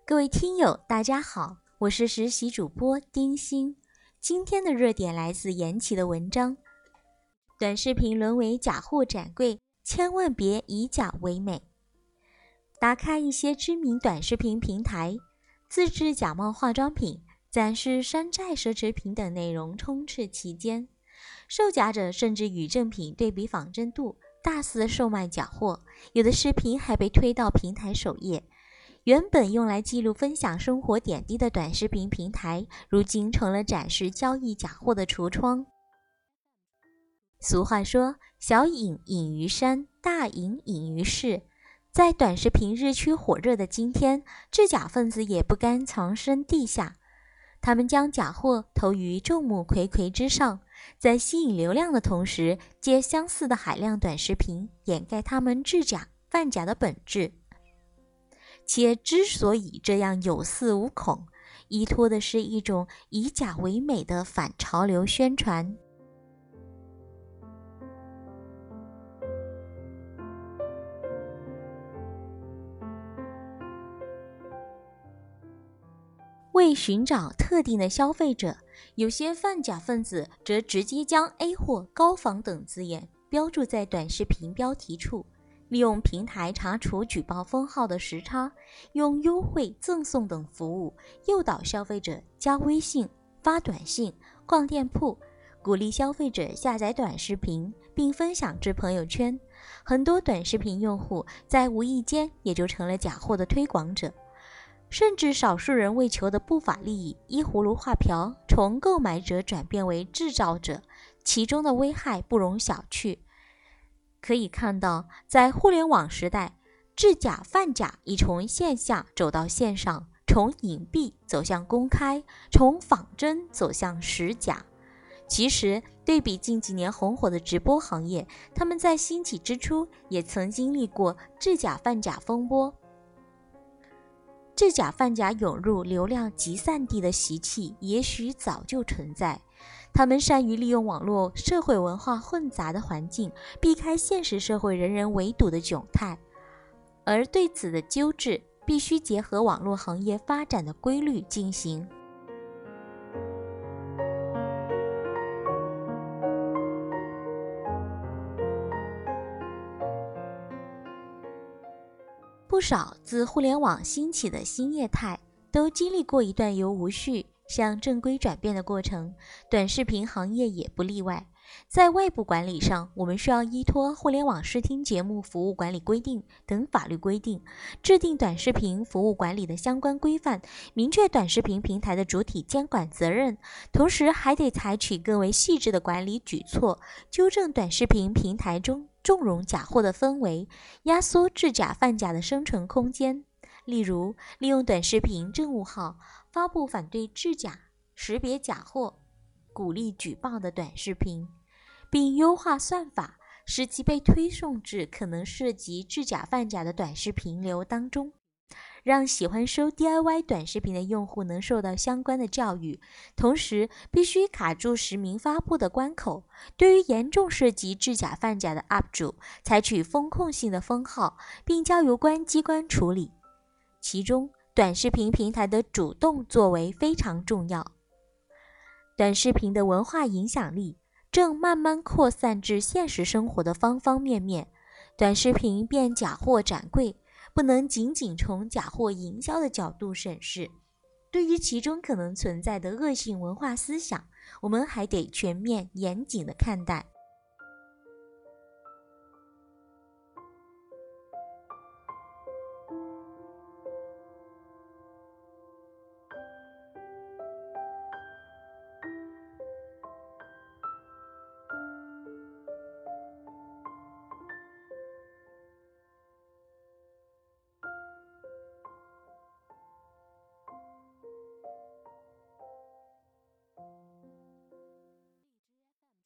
各位听友，大家好，我是实习主播丁欣。今天的热点来自言奇的文章：短视频沦为假货展柜，千万别以假为美。打开一些知名短视频平台，自制假冒化妆品、展示山寨奢侈品等内容充斥其间，售假者甚至与正品对比仿真度，大肆售卖假货，有的视频还被推到平台首页。原本用来记录分享生活点滴的短视频平台，如今成了展示交易假货的橱窗。俗话说，小隐隐于山，大隐隐于市。在短视频日趋火热的今天，制假分子也不甘藏身地下，他们将假货投于众目睽睽之上，在吸引流量的同时，借相似的海量短视频掩盖他们制假贩假的本质。且之所以这样有恃无恐，依托的是一种以假为美的反潮流宣传。为寻找特定的消费者，有些贩假分子则直接将 A 货、高仿等字眼标注在短视频标题处，利用平台查处举报封号的时差，用优惠、赠送等服务诱导消费者加微信、发短信、逛店铺，鼓励消费者下载短视频并分享至朋友圈。很多短视频用户在无意间也就成了假货的推广者，甚至少数人为求的不法利益，依葫芦画瓢，从购买者转变为制造者，其中的危害不容小觑。可以看到，在互联网时代，制假贩假已从线下走到线上，从隐蔽走向公开，从仿真走向实假。其实，对比近几年红火的直播行业，他们在兴起之初也曾经历过制假贩假风波。制假贩假涌入流量集散地的习气也许早就存在，他们善于利用网络社会文化混杂的环境，避开现实社会人人围堵的窘态，而对此的纠治必须结合网络行业发展的规律进行。不少自互联网兴起的新业态都经历过一段由无序向正规转变的过程，短视频行业也不例外。在外部管理上，我们需要依托互联网视听节目服务管理规定等法律规定，制定短视频服务管理的相关规范，明确短视频平台的主体监管责任，同时还得采取更为细致的管理举措，纠正短视频平台中纵容假货的氛围，压缩制假贩假的生存空间。例如，利用短视频政务号发布反对制假、识别假货、鼓励举报的短视频，并优化算法，使其被推送至可能涉及制假贩假的短视频流当中，让喜欢收 DIY 短视频的用户能受到相关的教育。同时，必须卡住实名发布的关口，对于严重涉及制假贩假的 UP 主，采取风控性的封号，并交由关机关处理。其中，短视频平台的主动作为非常重要。短视频的文化影响力正慢慢扩散至现实生活的方方面面，短视频变假货展柜，不能仅仅从假货营销的角度审视，对于其中可能存在的恶性文化思想，我们还得全面严谨地看待。